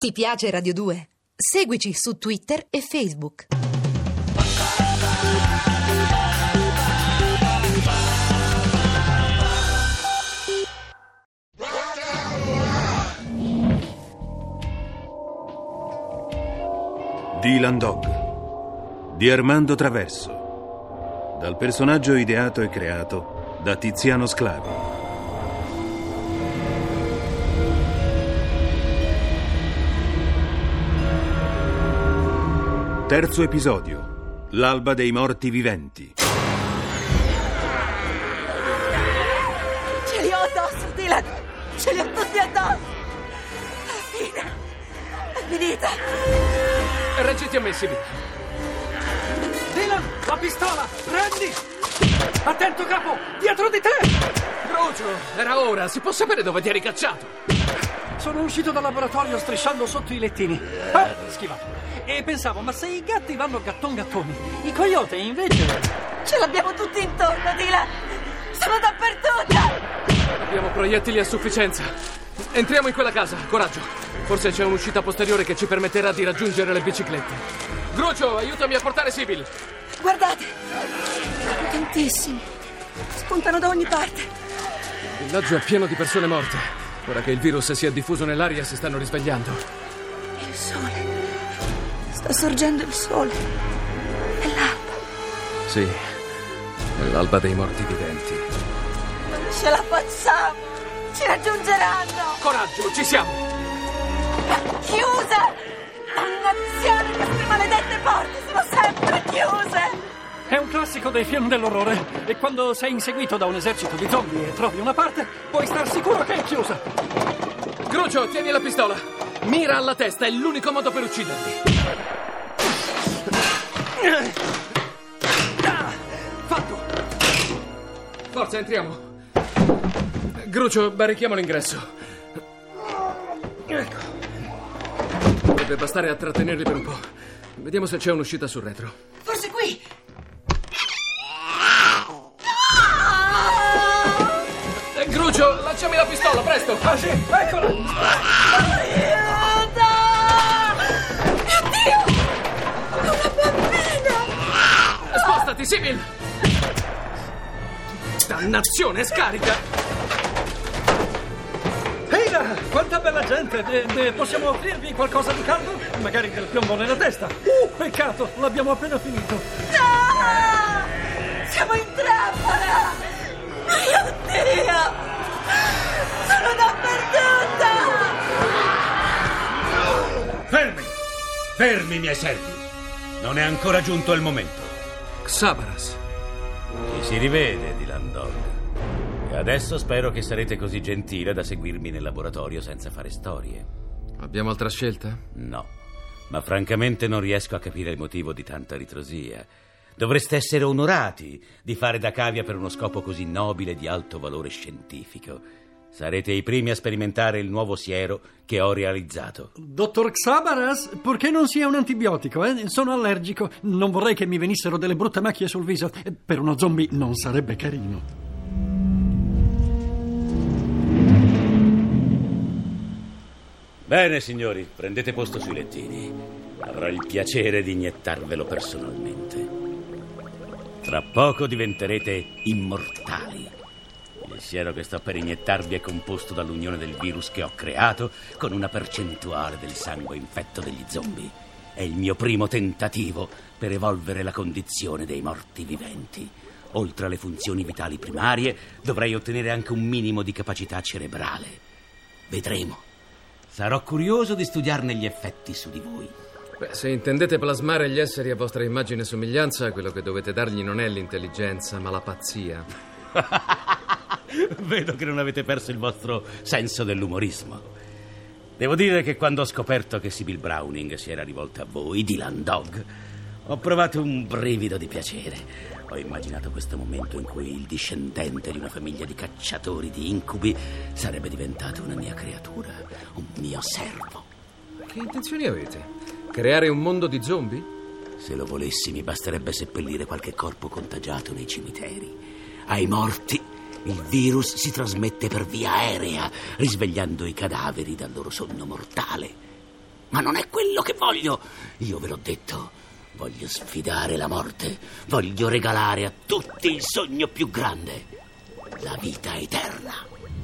Ti piace Radio 2? Seguici su Twitter e Facebook. Dylan Dog di Armando Traverso, dal personaggio ideato e creato da Tiziano Sclavi. Terzo episodio: l'alba dei morti viventi. Ce li ho addosso, Dylan! Ce li ho tutti addosso! Alla fine! È finita! Reggiti a me, Sibyl. Dylan, la pistola! Prendi! Attento, capo! Dietro di te! Brucio, era ora. Si può sapere dove ti eri cacciato? Sono uscito dal laboratorio strisciando sotto i lettini. Schivato. E pensavo, ma se i gatti vanno gattoni, i coyote invece... Ce l'abbiamo tutti intorno, Dylan! Sono dappertutto! Abbiamo proiettili a sufficienza. Entriamo in quella casa, coraggio. Forse c'è un'uscita posteriore che ci permetterà di raggiungere le biciclette. Grucio, aiutami a portare Sibyl. Guardate! Tantissimi. Spuntano da ogni parte. Il villaggio è pieno di persone morte. Ora che il virus si è diffuso nell'aria si stanno risvegliando. Il sole. Sta sorgendo il sole. È l'alba. Sì, è l'alba dei morti viventi. Non ce la facciamo. Ci raggiungeranno. Coraggio, ci siamo. Chiuse! Dannazione, queste maledette porte sono sempre chiuse! È un classico dei film dell'orrore. E quando sei inseguito da un esercito di zombie e trovi una parte, puoi star sicuro che è chiusa. Grucio, tieni la pistola. Mira alla testa, è l'unico modo per ucciderli. Fatto! Forza, entriamo. Grucio, barrichiamo l'ingresso. Ecco. Dovrebbe bastare a trattenerli per un po'. Vediamo se c'è un'uscita sul retro. Forse qui! Grucio, lanciami la pistola, presto! Ah sì, eccola! Aiuto! Mio Dio! È una bambina! Spostati, Sibyl! Dannazione, scarica! Ehi là, quanta bella gente! Possiamo offrirvi qualcosa di caldo? Magari del piombo nella testa. Peccato, l'abbiamo appena finito. No! Siamo in trappola! Mio Dio! Sono dappertutto! Fermi, miei servi. Non è ancora giunto il momento. Xabaras. Ci si rivede, Dylan Dog. E adesso spero che sarete così gentile da seguirmi nel laboratorio senza fare storie. Abbiamo altra scelta? No, ma francamente non riesco a capire il motivo di tanta ritrosia. Dovreste essere onorati di fare da cavia per uno scopo così nobile e di alto valore scientifico. Sarete i primi a sperimentare il nuovo siero che ho realizzato. Dottor Xabaras, perché non sia un antibiotico, eh? Sono allergico. Non vorrei che mi venissero delle brutte macchie sul viso. Per uno zombie non sarebbe carino. Bene, signori, prendete posto sui lettini. Avrò il piacere di iniettarvelo personalmente. Tra poco diventerete immortali. Il siero che sto per iniettarvi è composto dall'unione del virus che ho creato con una percentuale del sangue infetto degli zombie. È il mio primo tentativo per evolvere la condizione dei morti viventi. Oltre alle funzioni vitali primarie, dovrei ottenere anche un minimo di capacità cerebrale. Vedremo. Sarò curioso di studiarne gli effetti su di voi. Beh, se intendete plasmare gli esseri a vostra immagine e somiglianza, quello che dovete dargli non è l'intelligenza, ma la pazzia. Vedo che non avete perso il vostro senso dell'umorismo. Devo dire che quando ho scoperto che Sibyl Browning si era rivolta a voi, Dylan Dog, ho provato un brivido di piacere. Ho immaginato questo momento in cui il discendente di una famiglia di cacciatori di incubi sarebbe diventato una mia creatura, un mio servo. Che intenzioni avete? Creare un mondo di zombie? Se lo volessi, mi basterebbe seppellire qualche corpo contagiato nei cimiteri. Ai morti il virus si trasmette per via aerea, risvegliando i cadaveri dal loro sonno mortale. Ma non è quello che voglio. Io ve l'ho detto. Voglio sfidare la morte. Voglio regalare a tutti il sogno più grande. La vita eterna.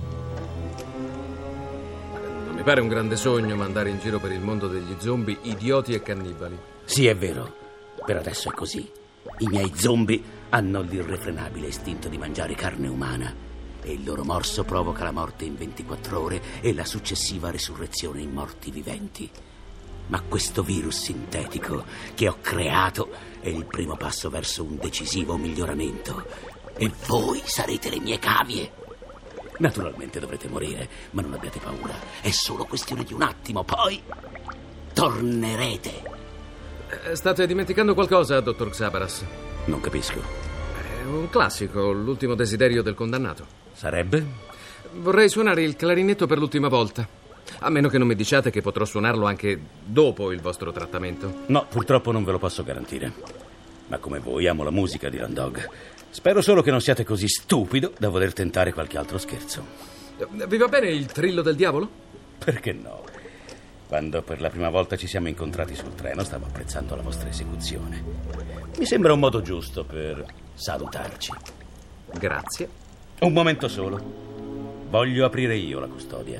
Non mi pare un grande sogno mandare in giro per il mondo degli zombie idioti e cannibali. Sì, è vero. Per adesso è così. I miei zombie hanno l'irrefrenabile istinto di mangiare carne umana e il loro morso provoca la morte in 24 ore e la successiva resurrezione in morti viventi. Ma questo virus sintetico che ho creato è il primo passo verso un decisivo miglioramento. E voi sarete le mie cavie. Naturalmente dovrete morire, ma non abbiate paura. È solo questione di un attimo, poi tornerete. State dimenticando qualcosa, dottor Xabaras? Non capisco. È un classico, l'ultimo desiderio del condannato. Sarebbe? Vorrei suonare il clarinetto per l'ultima volta. A meno che non mi diciate che potrò suonarlo anche dopo il vostro trattamento. No, purtroppo non ve lo posso garantire. Ma come voi amo la musica di Dog. Spero solo che non siate così stupido da voler tentare qualche altro scherzo. Vi va bene il trillo del diavolo? Perché no? Quando per la prima volta ci siamo incontrati sul treno stavo apprezzando la vostra esecuzione. Mi sembra un modo giusto per salutarci. Grazie. Un momento solo. Voglio aprire io la custodia.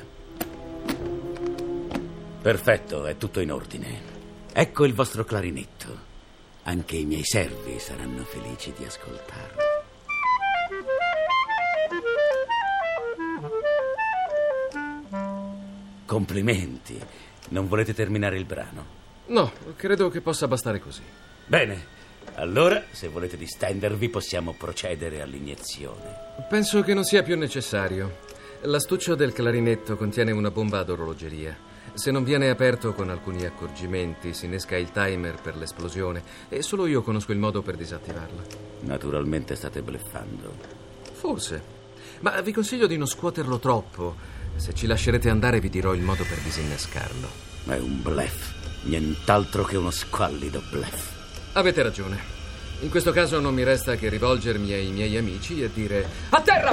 Perfetto, è tutto in ordine. Ecco il vostro clarinetto. Anche i miei servi saranno felici di ascoltarlo. Complimenti. Non volete terminare il brano? No, credo che possa bastare così. Bene. Allora, se volete distendervi, possiamo procedere all'iniezione. Penso che non sia più necessario. L'astuccio del clarinetto contiene una bomba ad orologeria. Se non viene aperto con alcuni accorgimenti, si innesca il timer per l'esplosione e solo io conosco il modo per disattivarla. Naturalmente state bluffando. Forse. Ma vi consiglio di non scuoterlo troppo. Se ci lascerete andare vi dirò il modo per disinnescarlo. È un bluff. Nient'altro che uno squallido bluff. Avete ragione. In questo caso non mi resta che rivolgermi ai miei amici e dire: a terra!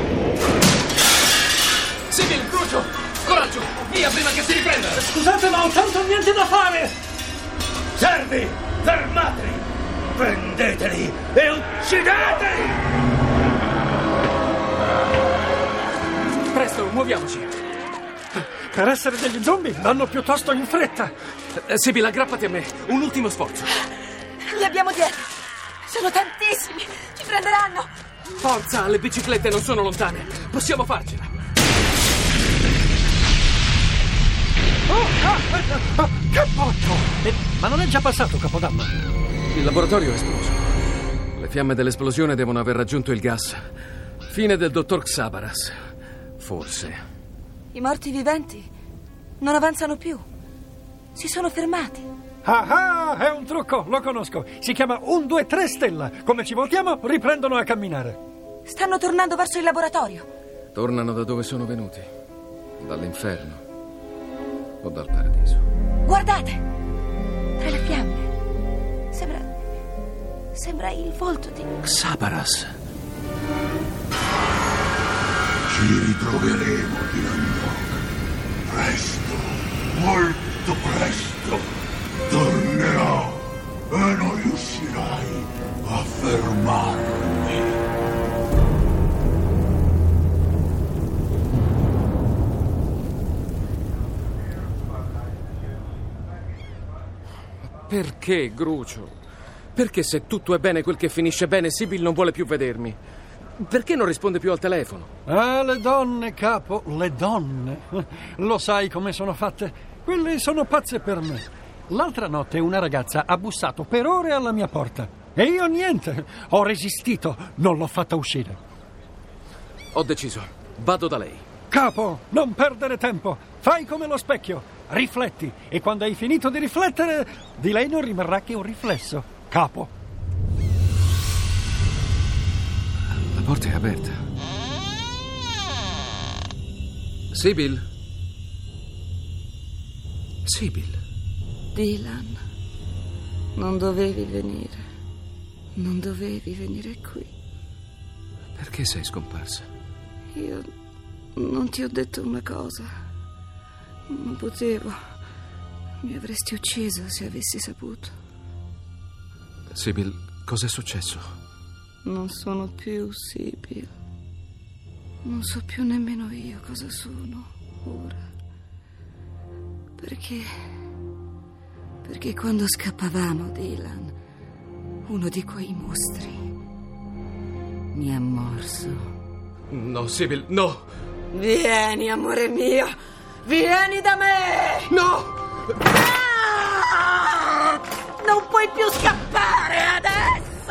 Sibyl, Crucio! Coraggio! Via prima che si riprenda! Scusate, ma ho tanto niente da fare! Servi! Fermateli! Prendeteli e uccideteli! Presto, muoviamoci! Per essere degli zombie vanno piuttosto in fretta! Sibyl, aggrappati a me! Un ultimo sforzo! Li abbiamo dietro! Sono tantissimi! Ci prenderanno! Forza, le biciclette non sono lontane! Possiamo farcela! Che botto! Ma non è già passato Capodanno? Il laboratorio è esploso. Le fiamme dell'esplosione devono aver raggiunto il gas. Fine del dottor Xabaras. Forse. I morti viventi non avanzano più. Si sono fermati. Ah, è un trucco, lo conosco. Si chiama 1, 2, 3 stella. Come ci voltiamo, riprendono a camminare. Stanno tornando verso il laboratorio. Tornano da dove sono venuti. Dall'inferno. O dal paradiso. Guardate! Tra le fiamme. Sembra il volto di Xabaras. Ci ritroveremo, Dog. Presto, molto presto, tornerò e non riuscirai a fermarmi. Perché, Grucio? Perché se tutto è bene quel che finisce bene, Sibyl non vuole più vedermi? Perché non risponde più al telefono? Ah, le donne, capo, le donne. Lo sai come sono fatte? Quelle sono pazze per me. L'altra notte una ragazza ha bussato per ore alla mia porta. E io niente. Ho resistito. Non l'ho fatta uscire. Ho deciso. Vado da lei. Capo, non perdere tempo. Fai come lo specchio. Rifletti. E quando hai finito di riflettere, di lei non rimarrà che un riflesso. Capo. La porta è aperta. Sibyl? Sibyl? Dylan, non dovevi venire. Non dovevi venire qui. Perché sei scomparsa? Io non ti ho detto una cosa. Non potevo. Mi avresti ucciso se avessi saputo. Sibyl, cos'è successo? Non sono più Sibyl. Non so più nemmeno io cosa sono ora. Perché quando scappavamo, Dylan, uno di quei mostri mi ha morso. No, Sibyl, no! Vieni, amore mio! Vieni da me! No! Ah! Non puoi più scappare adesso!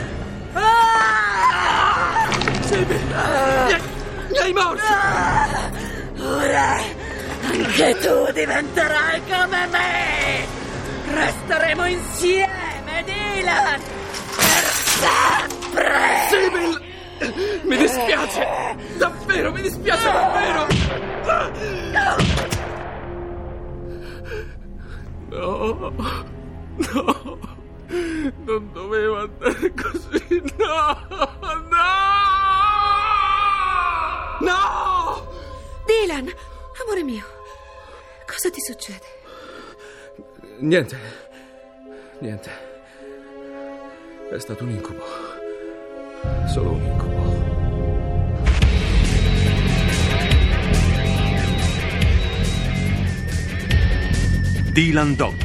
Ah! Sibyl! Mi hai morso! Ah! Ora anche tu diventerai come me! Resteremo insieme, Dylan! Per sempre! Sibyl! Mi dispiace! Davvero, mi dispiace davvero! No! No! Non doveva andare così! No! No! No! Dylan, amore mio, cosa ti succede? Niente. È stato un incubo. Solo un incubo. Dylan Dog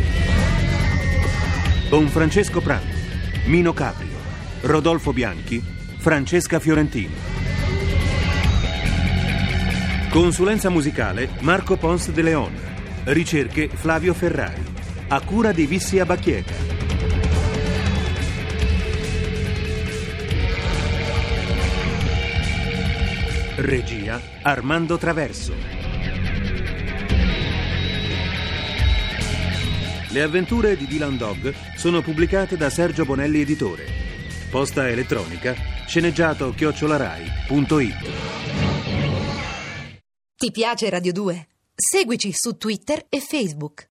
con Francesco Prandi, Mino Caprio, Rodolfo Bianchi, Francesca Fiorentino. Consulenza musicale Marco Pons de Leon. Ricerche Flavio Ferrari. A cura di Vissia Bacchieta. Regia Armando Traverso. Le avventure di Dylan Dog sono pubblicate da Sergio Bonelli Editore. Posta elettronica sceneggiato@rai.it. Ti piace Radio 2? Seguici su Twitter e Facebook.